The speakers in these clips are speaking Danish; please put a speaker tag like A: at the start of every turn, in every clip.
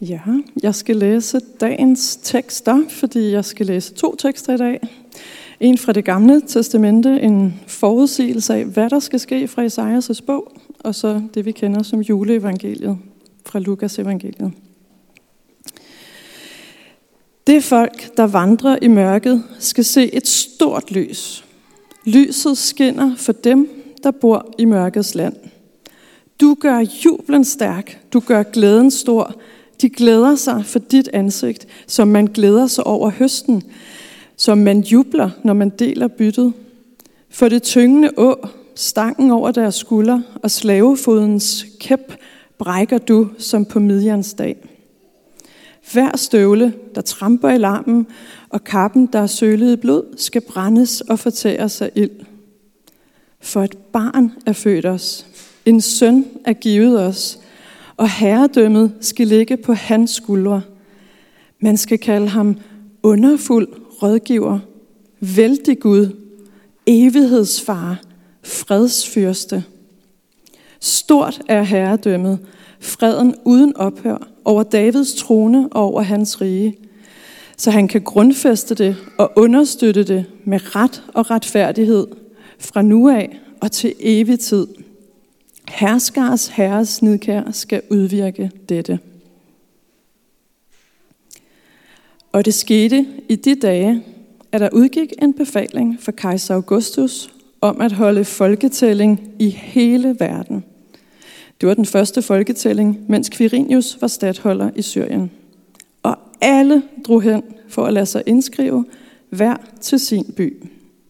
A: Ja, jeg skal læse dagens tekster, fordi jeg skal læse 2 tekster i dag. En fra Det Gamle Testamente, en forudsigelse af, hvad der skal ske fra Esajas' bog, og så det, vi kender som juleevangeliet fra Lukas evangeliet. Det folk, der vandrer i mørket, skal se et stort lys. Lyset skinner for dem, der bor i mørkets land. Du gør jublen stærk, du gør glæden stor. De glæder sig for dit ansigt, som man glæder sig over høsten, som man jubler, når man deler byttet. For det tyngende å, stangen over deres skulder og slavefodens kæp brækker du som på Midjans dag. Hver støvle, der tramper i larmen, og kappen, der er sølet i blod, skal brændes og fortæres af ild. For et barn er født os, en søn er givet os, og herredømmet skal ligge på hans skuldre. Man skal kalde ham underfuld rådgiver, vældig Gud, evighedsfar, fredsfyrste. Stort er herredømmet, freden uden ophør over Davids trone og over hans rige, så han kan grundfæste det og understøtte det med ret og retfærdighed fra nu af og til evig tid. Herskers herres nidkær skal udvirke dette. Og det skete i de dage, at der udgik en befaling fra kejser Augustus om at holde folketælling i hele verden. Det var den første folketælling, mens Quirinius var statholder i Syrien. Og alle drog hen for at lade sig indskrive, hver til sin by.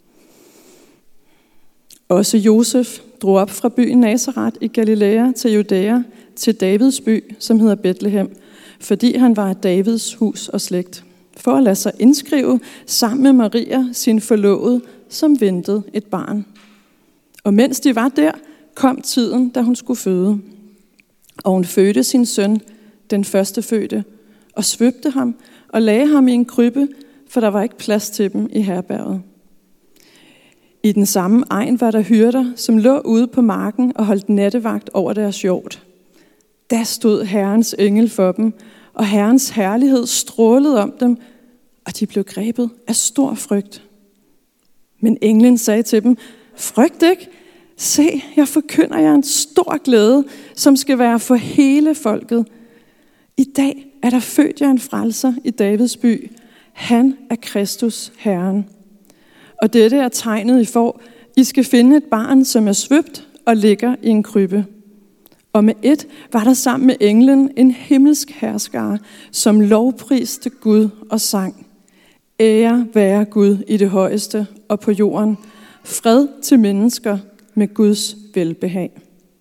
A: Også Josef drog op fra byen Nazaret i Galilea til Judæa, til Davids by, som hedder Betlehem, fordi han var af Davids hus og slægt, for at lade sig indskrive sammen med Maria, sin forlovede, som ventede et barn. Og mens de var der, kom tiden, da hun skulle føde. Og hun fødte sin søn, den førstefødte, og svøbte ham og lagde ham i en krybbe, for der var ikke plads til dem i herberget. I den samme egen var der hyrder, som lå ude på marken og holdt nattevagt over deres hjort. Da stod Herrens engel for dem, og Herrens herlighed strålede om dem, og de blev grebet af stor frygt. Men englen sagde til dem, frygt ikke, se, jeg forkynder jer en stor glæde, som skal være for hele folket. I dag er der født jer en frelser i Davids by. Han er Kristus Herren. Og dette er tegnet, I får. I skal finde et barn, som er svøbt og ligger i en krybbe. Og med et var der sammen med englen en himmelsk herskare, som lovpriste Gud og sang. Ære være Gud i det højeste og på jorden. Fred til mennesker med Guds velbehag.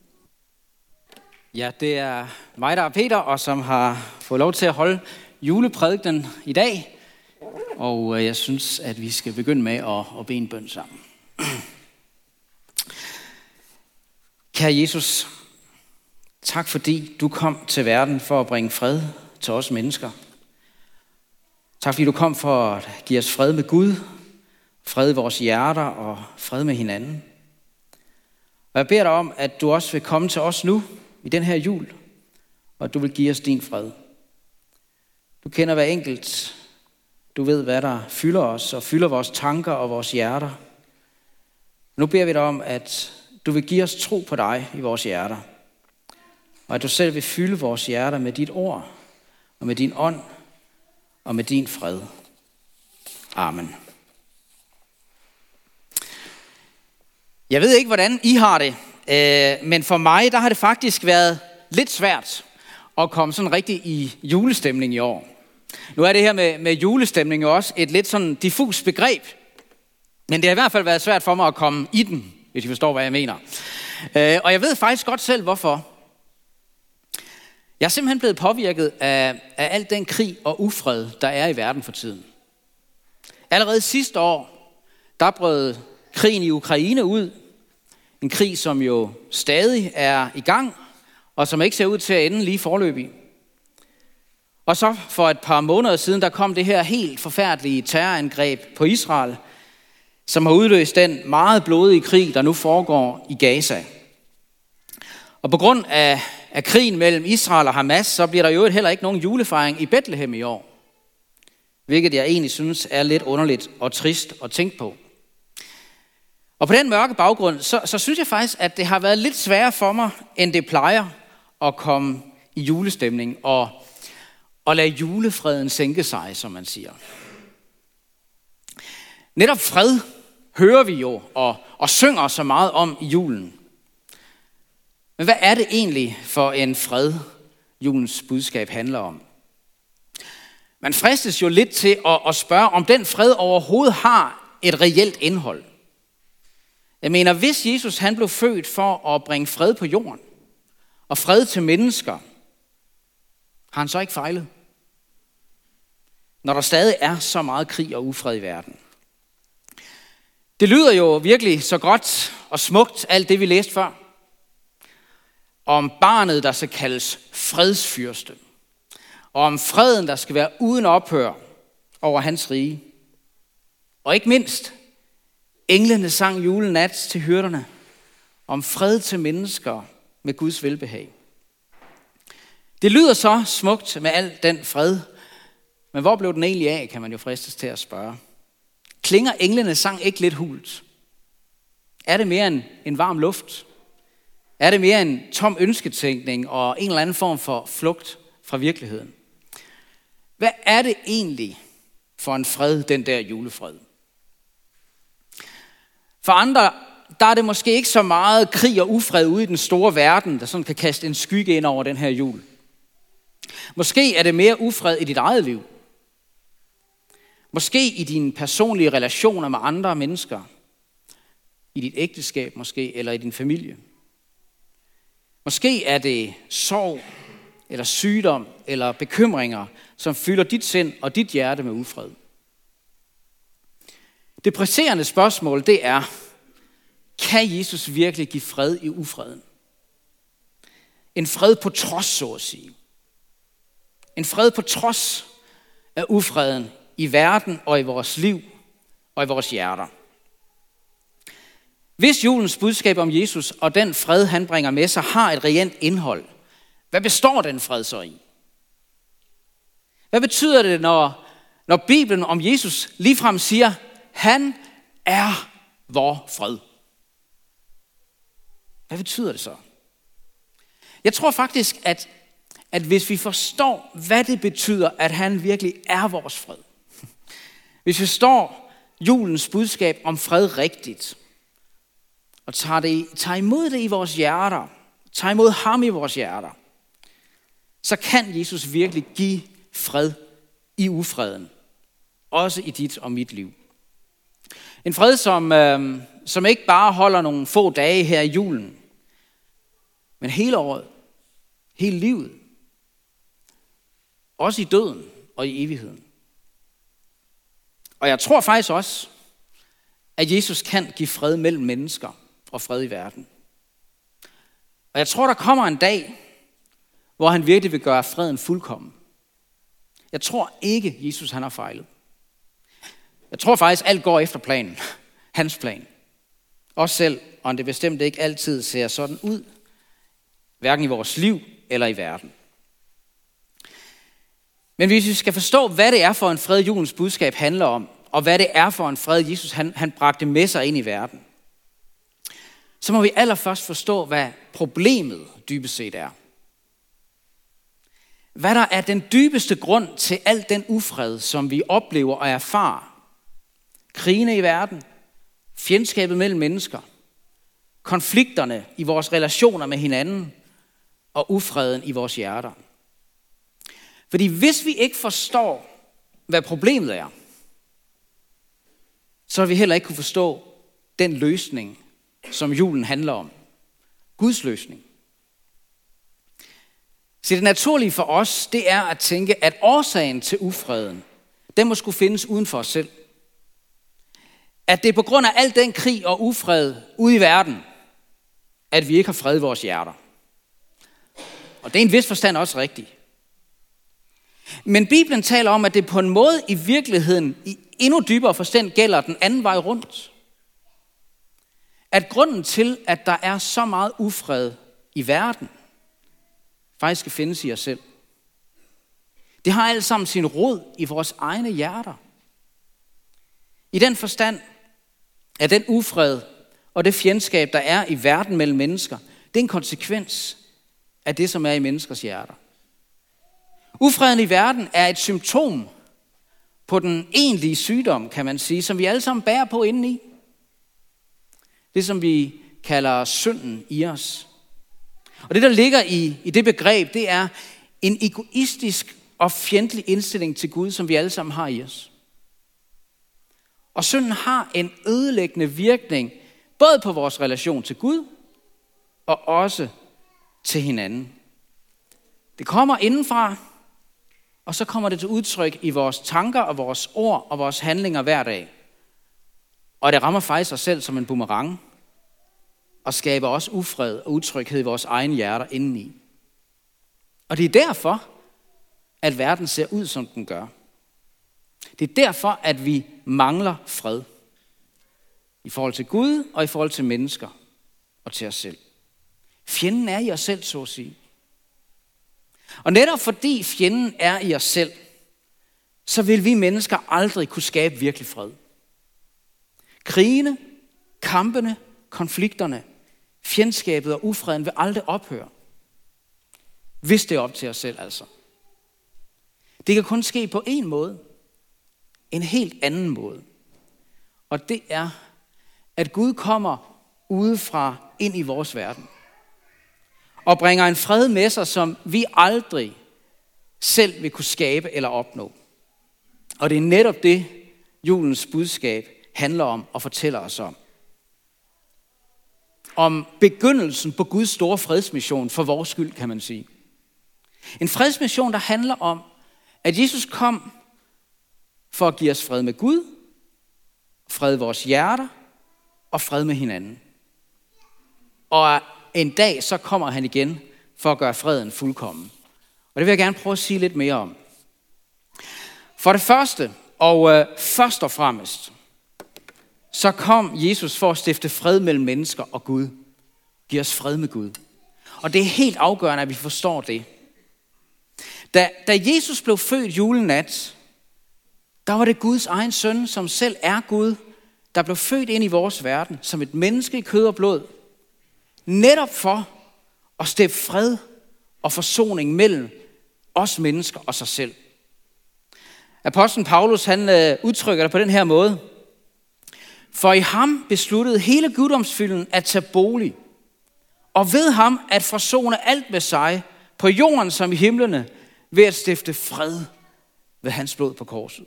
B: Ja, det er mig, der er Peter, og som har fået lov til at holde juleprædikenen i dag. Og jeg synes, at vi skal begynde med at bede en bøn sammen. Kære Jesus, tak fordi du kom til verden for at bringe fred til os mennesker. Tak fordi du kom for at give os fred med Gud, fred i vores hjerter og fred med hinanden. Og jeg beder dig om, at du også vil komme til os nu i den her jul, og at du vil give os din fred. Du kender hver enkelt. Du ved, hvad der fylder os og fylder vores tanker og vores hjerter. Nu beder vi dig om, at du vil give os tro på dig i vores hjerter. Og at du selv vil fylde vores hjerter med dit ord og med din ånd og med din fred. Amen. Jeg ved ikke, hvordan I har det, men for mig, der har det faktisk været lidt svært at komme sådan rigtig i julestemning i år. Nu er det her med julestemning jo også et lidt sådan diffus begreb, men det har i hvert fald været svært for mig at komme i den, hvis I forstår, hvad jeg mener. Og jeg ved faktisk godt selv, hvorfor. Jeg er simpelthen blevet påvirket af al den krig og ufred, der er i verden for tiden. Allerede sidste år, der brød krigen i Ukraine ud. En krig, som jo stadig er i gang, og som ikke ser ud til at ende lige foreløbig. Og så for et par måneder siden, der kom det her helt forfærdelige terrorangreb på Israel, som har udløst den meget blodige krig, der nu foregår i Gaza. Og på grund af af krigen mellem Israel og Hamas, så bliver der jo heller ikke nogen julefejring i Bethlehem i år. Hvilket jeg egentlig synes er lidt underligt og trist at tænke på. Og på den mørke baggrund, så synes jeg faktisk, at det har været lidt sværere for mig, end det plejer at komme i julestemning og lade julefreden sænke sig, som man siger. Netop fred hører vi jo og synger så meget om i julen. Men hvad er det egentlig for en fred, julens budskab handler om? Man fristes jo lidt til at spørge, om den fred overhovedet har et reelt indhold. Jeg mener, hvis Jesus han blev født for at bringe fred på jorden, og fred til mennesker, har han så ikke fejlet? Når der stadig er så meget krig og ufred i verden. Det lyder jo virkelig så godt og smukt, alt det vi læste før. Om barnet, der skal kaldes fredsfyrste. Og om freden, der skal være uden ophør over hans rige. Og ikke mindst, englene sang julenat til hyrderne om fred til mennesker med Guds velbehag. Det lyder så smukt med al den fred, men hvor blev den egentlig af, kan man jo fristes til at spørge. Klinger englenes sang ikke lidt hult? Er det mere en varm luft? Er det mere en tom ønsketænkning og en eller anden form for flugt fra virkeligheden? Hvad er det egentlig for en fred, den der julefred? For andre, der er det måske ikke så meget krig og ufred ude i den store verden, der sådan kan kaste en skygge ind over den her jul. Måske er det mere ufred i dit eget liv. Måske i dine personlige relationer med andre mennesker. I dit ægteskab måske, eller i din familie. Måske er det sorg, eller sygdom, eller bekymringer, som fylder dit sind og dit hjerte med ufred. Det presserende spørgsmål, det er, kan Jesus virkelig give fred i ufreden? En fred på trods, så at sige. En fred på trods af ufreden i verden og i vores liv og i vores hjerter. Hvis julens budskab om Jesus og den fred, han bringer med sig, har et reelt indhold, hvad består den fred så i? Hvad betyder det, når Bibelen om Jesus ligefrem siger, han er vor fred? Hvad betyder det så? Jeg tror faktisk, at hvis vi forstår, hvad det betyder, at han virkelig er vores fred. Hvis vi forstår julens budskab om fred rigtigt, og tager imod det i vores hjerter, tager imod ham i vores hjerter, så kan Jesus virkelig give fred i ufreden. Også i dit og mit liv. En fred, som ikke bare holder nogle få dage her i julen, men hele året, hele livet. Også i døden og i evigheden. Og jeg tror faktisk også, at Jesus kan give fred mellem mennesker og fred i verden. Og jeg tror, der kommer en dag, hvor han virkelig vil gøre freden fuldkommen. Jeg tror ikke, Jesus han har fejlet. Jeg tror faktisk, alt går efter planen. Hans plan. Også selv, om det bestemt ikke altid ser sådan ud. Hverken i vores liv eller i verden. Men hvis vi skal forstå, hvad det er for en fred, julens budskab handler om, og hvad det er for en fred, Jesus han bragte med sig ind i verden, så må vi allerførst forstå, hvad problemet dybest set er. Hvad der er den dybeste grund til al den ufred, som vi oplever og erfarer. Krigene i verden, fjendskabet mellem mennesker, konflikterne i vores relationer med hinanden og ufreden i vores hjerter. Fordi hvis vi ikke forstår, hvad problemet er, så vil vi heller ikke kunne forstå den løsning, som julen handler om. Guds løsning. Så det naturlige for os, det er at tænke, at årsagen til ufreden, den må skulle findes uden for os selv. At det er på grund af al den krig og ufred ude i verden, at vi ikke har fred i vores hjerter. Og det er en vis forstand også rigtigt. Men Bibelen taler om, at det på en måde i virkeligheden i endnu dybere forstand gælder den anden vej rundt. At grunden til, at der er så meget ufred i verden, faktisk skal findes i os selv. Det har alt sammen sin rod i vores egne hjerter. I den forstand, at den ufred og det fjendskab, der er i verden mellem mennesker, det er en konsekvens af det, som er i menneskers hjerter. Ufreden i verden er et symptom på den egentlige sygdom, kan man sige, som vi alle sammen bærer på indeni. Det, som vi kalder synden i os. Og det, der ligger i det begreb, det er en egoistisk og fjendtlig indstilling til Gud, som vi alle sammen har i os. Og synden har en ødelæggende virkning, både på vores relation til Gud, og også til hinanden. Det kommer indenfra, og så kommer det til udtryk i vores tanker og vores ord og vores handlinger hver dag. Og det rammer faktisk os selv som en boomerang, og skaber også ufred og utryghed i vores egne hjerter indeni. Og det er derfor, at verden ser ud, som den gør. Det er derfor, at vi mangler fred. I forhold til Gud og i forhold til mennesker og til os selv. Fjenden er i os selv, så at sige. Og netop fordi fjenden er i os selv, så vil vi mennesker aldrig kunne skabe virkelig fred. Krigene, kampene, konflikterne, fjendskabet og ufreden vil aldrig ophøre. Hvis det er op til os selv altså. Det kan kun ske på en måde. En helt anden måde. Og det er, at Gud kommer udefra ind i vores verden. Og bringer en fred med sig, som vi aldrig selv vil kunne skabe eller opnå. Og det er netop det, julens budskab handler om og fortæller os om. Om begyndelsen på Guds store fredsmission for vores skyld, kan man sige. En fredsmission, der handler om, at Jesus kom for at give os fred med Gud, fred i vores hjerter og fred med hinanden. Og en dag så kommer han igen for at gøre freden fuldkommen. Og det vil jeg gerne prøve at sige lidt mere om. For det første, og først og fremmest, så kom Jesus for at stifte fred mellem mennesker og Gud. Giv os fred med Gud. Og det er helt afgørende, at vi forstår det. Da Jesus blev født julenat, der var det Guds egen søn, som selv er Gud, der blev født ind i vores verden som et menneske i kød og blod. Netop for at stifte fred og forsoning mellem os mennesker og sig selv. Apostlen Paulus, han udtrykker det på den her måde. For i ham besluttede hele guddomsfylden at tage bolig, og ved ham at forsone alt med sig, på jorden som i himlene, ved at stifte fred ved hans blod på korset.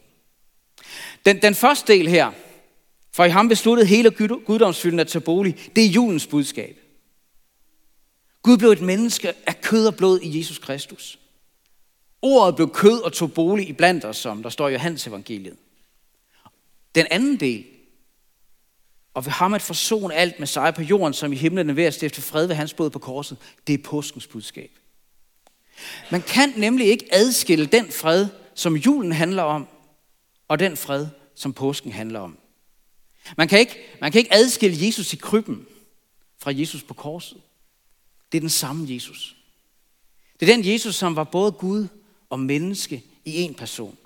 B: Den første del her, for i ham besluttede hele guddomsfylden at tage bolig, det er julens budskab. Gud blev et menneske af kød og blod i Jesus Kristus. Ordet blev kød og tog bolig iblandt os, som der står i Johannes evangeliet. Den anden del, og ved ham at forsone alt med sig på jorden, som i himlen ved at stifte fred ved hans blod på korset, det er påskens budskab. Man kan nemlig ikke adskille den fred, som julen handler om, og den fred, som påsken handler om. Man kan ikke adskille Jesus i krybben fra Jesus på korset. Det er den samme Jesus. Det er den Jesus, som var både Gud og menneske i en person.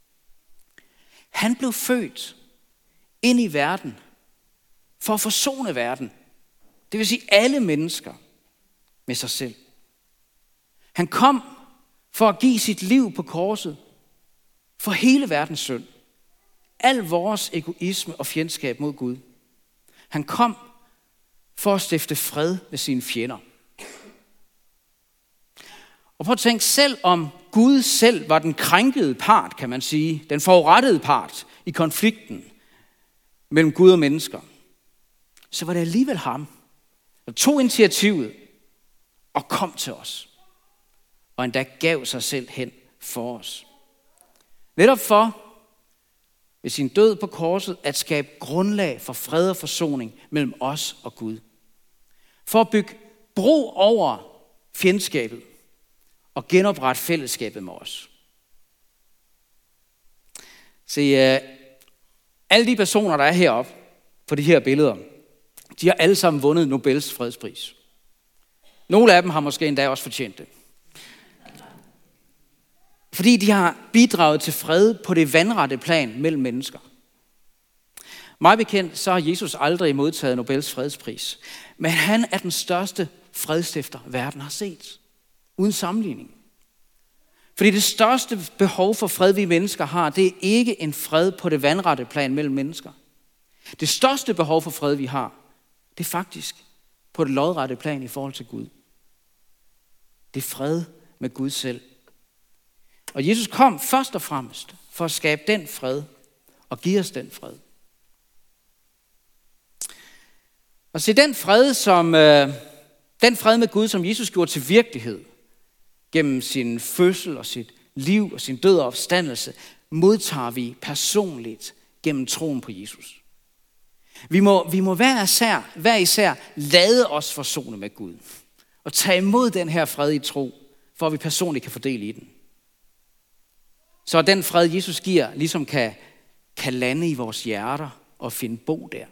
B: Han blev født ind i verden for at forsone verden. Det vil sige alle mennesker med sig selv. Han kom for at give sit liv på korset for hele verdens synd. Al vores egoisme og fjendskab mod Gud. Han kom for at stifte fred med sine fjender. Og prøv at tænke, selv om Gud selv var den krænkede part, kan man sige, den forurettede part i konflikten mellem Gud og mennesker, så var det alligevel ham, der tog initiativet og kom til os. Og endda gav sig selv hen for os. Netop for ved sin død på korset at skabe grundlag for fred og forsoning mellem os og Gud. For at bygge bro over fjendskabet og genoprette fællesskabet med os. Se, alle de personer, der er heroppe på de her billeder, de har alle sammen vundet Nobels fredspris. Nogle af dem har måske endda også fortjent det. Fordi de har bidraget til fred på det vandrette plan mellem mennesker. Mig bekendt, så har Jesus aldrig modtaget Nobels fredspris. Men han er den største fredstifter, verden har set. Uden sammenligning. Fordi det største behov for fred, vi mennesker har, det er ikke en fred på det vandrette plan mellem mennesker. Det største behov for fred, vi har, det er faktisk på det lodrette plan i forhold til Gud. Det er fred med Gud selv. Og Jesus kom først og fremmest for at skabe den fred og give os den fred. Og se, den fred med Gud, som Jesus gjorde til virkelighed gennem sin fødsel og sit liv og sin død og opstandelse, modtager vi gennem troen på Jesus. Vi må hver især lade os forsone med Gud og tage imod den her fred i tro, for at vi personligt kan fordele i den. Så den fred, Jesus giver, ligesom kan lande i vores hjerter og finde bo der.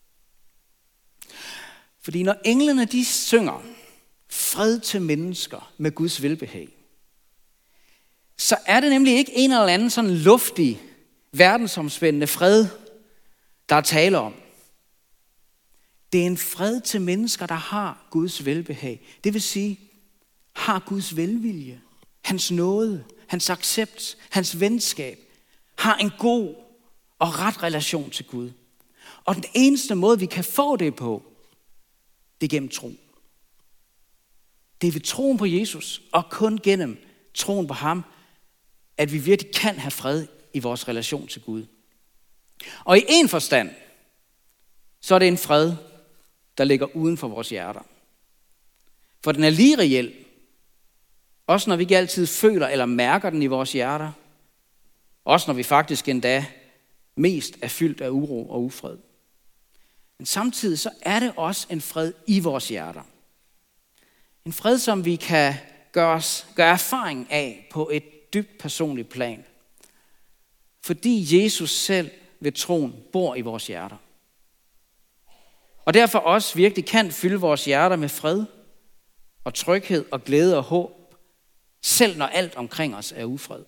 B: Fordi når englene de synger fred til mennesker med Guds velbehag, så er det nemlig ikke en eller anden sådan luftig, verdensomspændende fred, der er tale om. Det er en fred til mennesker, der har Guds velbehag. Det vil sige, har Guds velvilje, hans nåde, hans accept, hans venskab, har en god og ret relation til Gud. Og den eneste måde, vi kan få det på, det er gennem tro. Det er ved troen på Jesus, og kun gennem troen på ham, at vi virkelig kan have fred i vores relation til Gud. Og i en forstand, så er det en fred, der ligger uden for vores hjerter. For den er lige reel, også når vi ikke altid føler eller mærker den i vores hjerter, også når vi faktisk endda mest er fyldt af uro og ufred. Men samtidig så er det også en fred i vores hjerter. En fred, som vi kan gøre erfaring af på et dybt personligt plan. Fordi Jesus selv ved troen bor i vores hjerter. Og derfor også virkelig kan fylde vores hjerter med fred og tryghed og glæde og håb, selv når alt omkring os er ufred.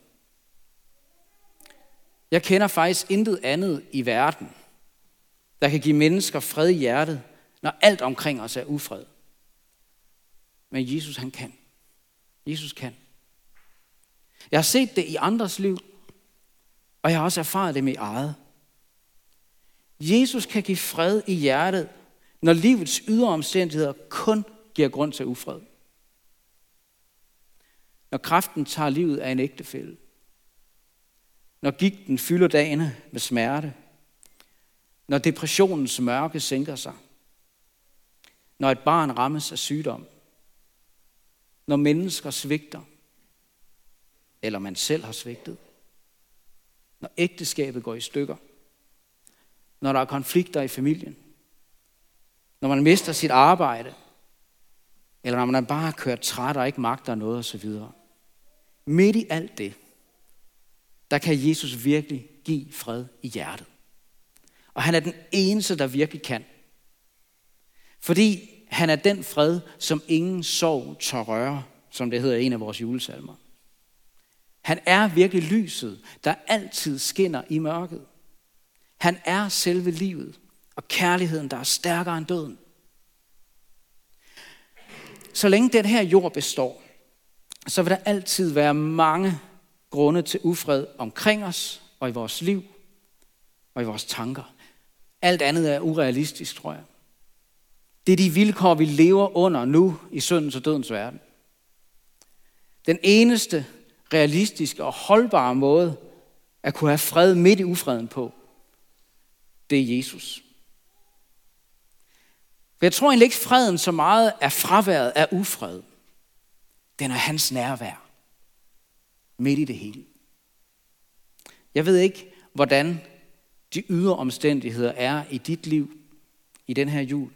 B: Jeg kender faktisk intet andet i verden, der kan give mennesker fred i hjertet, når alt omkring os er ufred. Men Jesus, han kan. Jesus kan. Jeg har set det i andres liv, og jeg har også erfaret det med eget. Jesus kan give fred i hjertet, når livets ydre omstændigheder kun giver grund til ufred. Når kræften tager livet af en ægtefælle. Når gigten fylder dagene med smerte. Når depressionens mørke sænker sig. Når et barn rammes af sygdom. Når mennesker svigter. Eller man selv har svigtet. Når ægteskabet går i stykker. Når der er konflikter i familien. Når man mister sit arbejde. Eller når man bare har kørt træt og ikke magter noget osv. Midt i alt det, der kan Jesus virkelig give fred i hjertet. Og han er den eneste, der virkelig kan. Fordi han er den fred, som ingen sorg tør røre, som det hedder i en af vores julesalmer. Han er virkelig lyset, der altid skinner i mørket. Han er selve livet og kærligheden, der er stærkere end døden. Så længe den her jord består, så vil der altid være mange grunde til ufred omkring os og i vores liv og i vores tanker. Alt andet er urealistisk, tror jeg. Det er de vilkår, vi lever under nu i syndens og dødens verden. Den eneste realistiske og holdbare måde at kunne have fred midt i ufreden på, det er Jesus. For jeg tror egentlig ikke, freden så meget er fraværet af ufred. Den er hans nærvær. Midt i det hele. Jeg ved ikke, hvordan de ydre omstændigheder er i dit liv i den her jul.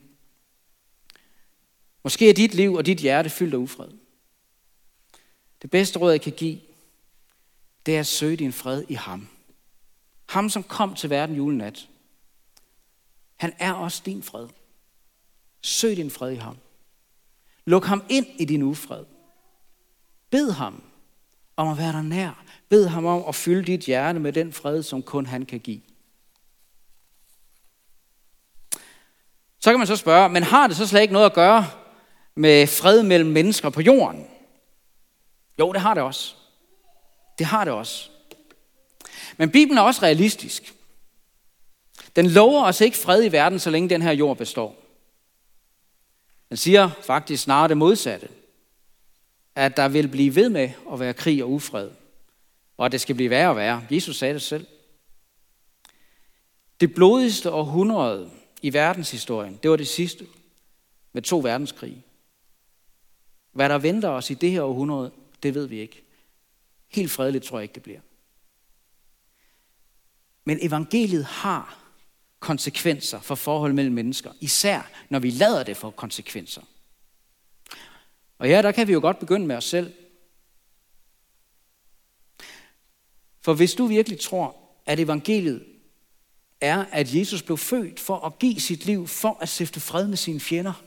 B: Måske er dit liv og dit hjerte fyldt af ufred. Det bedste råd, jeg kan give, det er at søge din fred i ham. Ham, som kom til verden julenat. Han er også din fred. Søg din fred i ham. Luk ham ind i din ufred. Bed ham om at være der nær. Bed ham om at fylde dit hjerte med den fred, som kun han kan give. Så kan man så spørge, men har det så slet ikke noget at gøre med fred mellem mennesker på jorden? Jo, det har det også. Det har det også. Men Bibelen er også realistisk. Den lover os ikke fred i verden, så længe den her jord består. Den siger faktisk snarere det modsatte. At der vil blive ved med at være krig og ufred. Og at det skal blive værre og værre. Jesus sagde det selv. Det blodigste århundrede i verdenshistorien, det var det sidste. Med 2 verdenskrige. Hvad der venter os i det her århundrede, det ved vi ikke. Helt fredeligt tror jeg ikke, det bliver. Men evangeliet har konsekvenser for forhold mellem mennesker. Især når vi lader det få konsekvenser. Og ja, der kan vi jo godt begynde med os selv. For hvis du virkelig tror, at evangeliet er, at Jesus blev født for at give sit liv, for at stifte fred med sine fjender.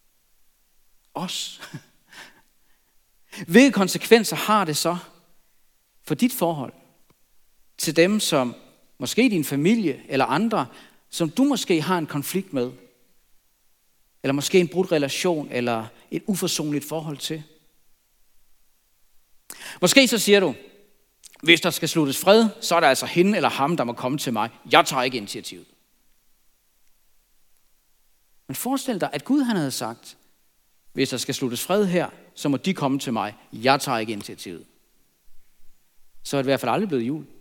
B: Os. Hvilke konsekvenser har det så for dit forhold til dem, som måske din familie eller andre, som du måske har en konflikt med? Eller måske en brudt relation eller et uforsonligt forhold til? Måske så siger du, hvis der skal sluttes fred, så er der altså hende eller ham, der må komme til mig. Jeg tager ikke initiativet. Men forestil dig, at Gud han havde sagt, hvis der skal sluttes fred her, så må de komme til mig. Jeg tager ikke initiativet. Så er det i hvert fald aldrig blevet jul.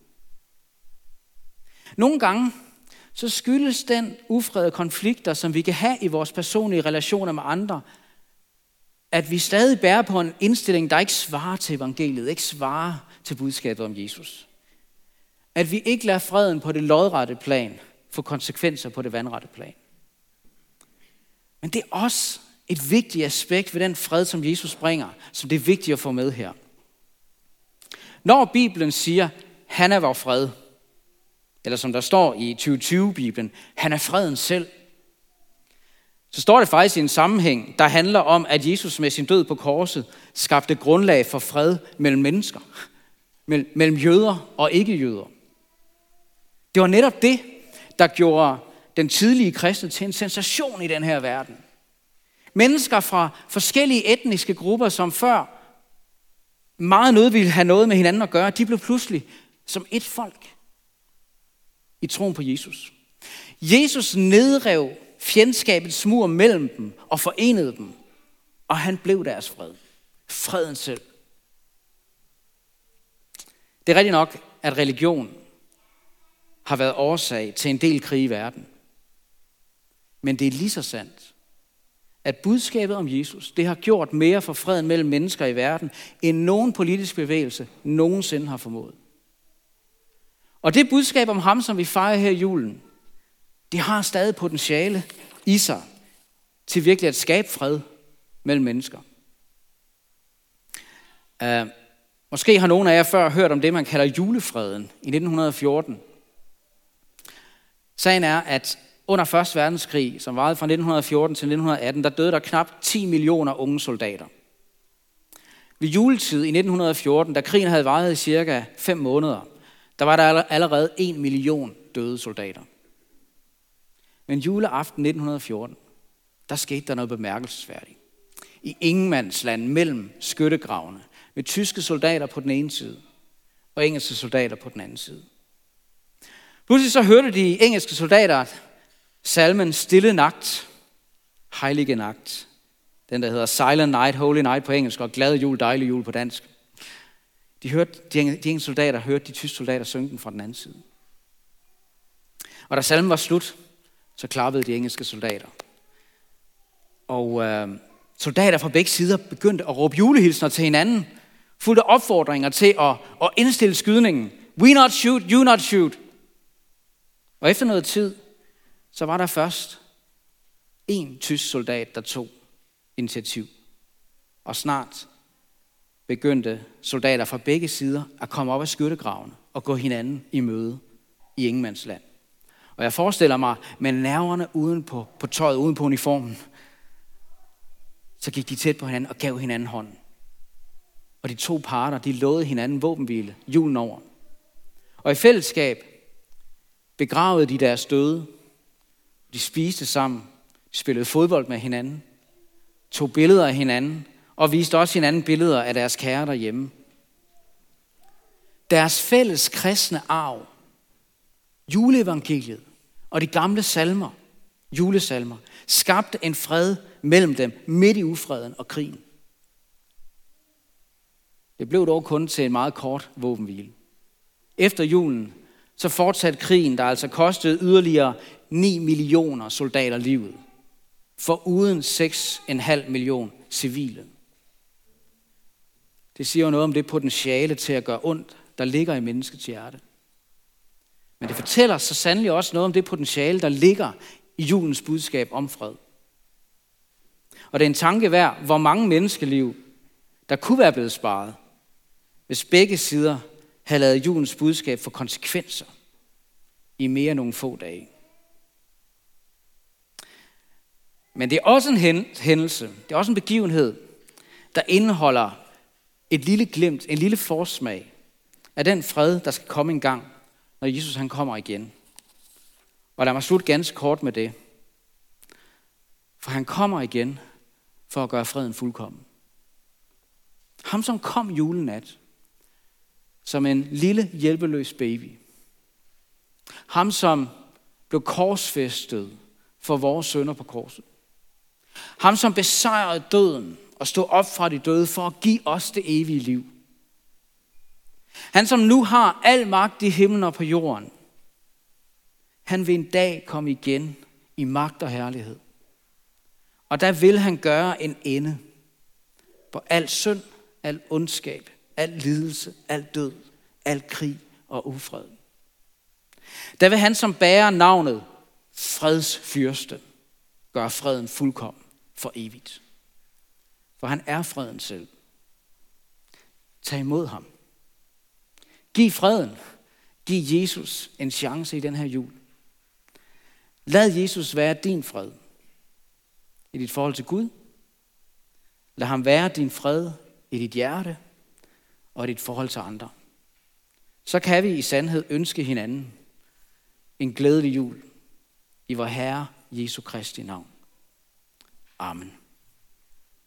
B: Nogle gange, så skyldes den ufred og konflikter, som vi kan have i vores personlige relationer med andre, at vi stadig bærer på en indstilling, der ikke svarer til evangeliet, ikke svarer til budskabet om Jesus. At vi ikke lader freden på det lodrette plan få konsekvenser på det vandrette plan. Men det er også et vigtigt aspekt ved den fred, som Jesus bringer, som det er vigtigt at få med her. Når Bibelen siger, han er vor fred, eller som der står i 2020-Bibelen, han er freden selv, så står det faktisk i en sammenhæng, der handler om, at Jesus med sin død på korset skabte grundlag for fred mellem mennesker, mellem jøder og ikke-jøder. Det var netop det, der gjorde den tidlige kristne til en sensation i den her verden. Mennesker fra forskellige etniske grupper, som før meget nødt ville have noget med hinanden at gøre, de blev pludselig som et folk i troen på Jesus. Jesus nedrev fjendskabets mur mellem dem og forenede dem, og han blev deres fred. Freden selv. Det er rigtigt nok, at religion har været årsag til en del krig i verden. Men det er lige så sandt, at budskabet om Jesus, det har gjort mere for freden mellem mennesker i verden, end nogen politisk bevægelse nogensinde har formået. Og det budskab om ham, som vi fejrer her i julen, det har stadig potentiale i sig til virkelig at skabe fred mellem mennesker. Måske har nogle af jer før hørt om det, man kalder julefreden i 1914. Sagen er, at under 1. verdenskrig, som varede fra 1914 til 1918, der døde der knap 10 millioner unge soldater. Ved juletid i 1914, da krigen havde varet i cirka 5 måneder, der var der allerede 1 million døde soldater. Men juleaften 1914, der skete der noget bemærkelsesværdigt. I ingenmandsland mellem skyttegravene, med tyske soldater på den ene side, og engelske soldater på den anden side. Pludselig så hørte de engelske soldater salmen Stille Nagt, Heilige Nagt. Den der hedder Silent Night, Holy Night på engelsk, og Glad Jul, Dejlig Jul på dansk. De engelske soldater hørte de tyske soldater synge den fra den anden side. Og da salmen var slut, så klappede de engelske soldater. Og soldater fra begge sider begyndte at råbe julehilsner til hinanden, fulgte opfordringer til at indstille skydningen. We not shoot, you not shoot. Og efter noget tid, så var der først en tysk soldat, der tog initiativ. Og snart begyndte soldater fra begge sider at komme op af skyttegravene og gå hinanden i møde i ingenmandsland. Og jeg forestiller mig, med nerverne uden på tøjet, uden på uniformen, så gik de tæt på hinanden og gav hinanden hånden. Og de to parter, de lovede hinanden våbenhvile julen over. Og i fællesskab begravede de deres døde. De spiste sammen, de spillede fodbold med hinanden, tog billeder af hinanden og viste også hinanden billeder af deres kære derhjemme. Deres fælles kristne arv, juleevangeliet og de gamle salmer, julesalmer, skabte en fred mellem dem midt i ufreden og krigen. Det blev dog kun til en meget kort våbenhvile. Efter julen så fortsatte krigen, der altså kostede yderligere 9 millioner soldater livet, for uden 6,5 millioner civile. Det siger jo noget om det potentiale til at gøre ondt, der ligger i menneskets hjerte. Men det fortæller så sandelig også noget om det potentiale, der ligger i julens budskab om fred. Og det er en tanke værd, hvor mange menneskeliv, der kunne være blevet sparet, hvis begge sider havde ladet julens budskab få konsekvenser i mere end nogle få dage. Men det er også en hændelse, det er også en begivenhed, der indeholder et lille glimt, en lille forsmag af den fred, der skal komme en gang, når Jesus han kommer igen. Og lad mig slutte ganske kort med det. For han kommer igen for at gøre freden fuldkommen. Ham, som kom julenat, som en lille hjælpeløs baby. Ham, som blev korsfæstet for vores synder på korset. Ham, som besejrede døden og stod op fra de døde for at give os det evige liv. Han, som nu har al magt i himlen og på jorden. Han vil en dag komme igen i magt og herlighed. Og der vil han gøre en ende på al synd, al ondskab, al lidelse, al død, al krig og ufred. Der vil han, som bærer navnet fredsfyrste, gøre freden fuldkommen for evigt. For han er freden selv. Tag imod ham. Giv freden. Giv Jesus en chance i den her jul. Lad Jesus være din fred i dit forhold til Gud. Lad ham være din fred i dit hjerte og i dit forhold til andre. Så kan vi i sandhed ønske hinanden en glædelig jul i vor Herre Jesu Kristi navn. Amen.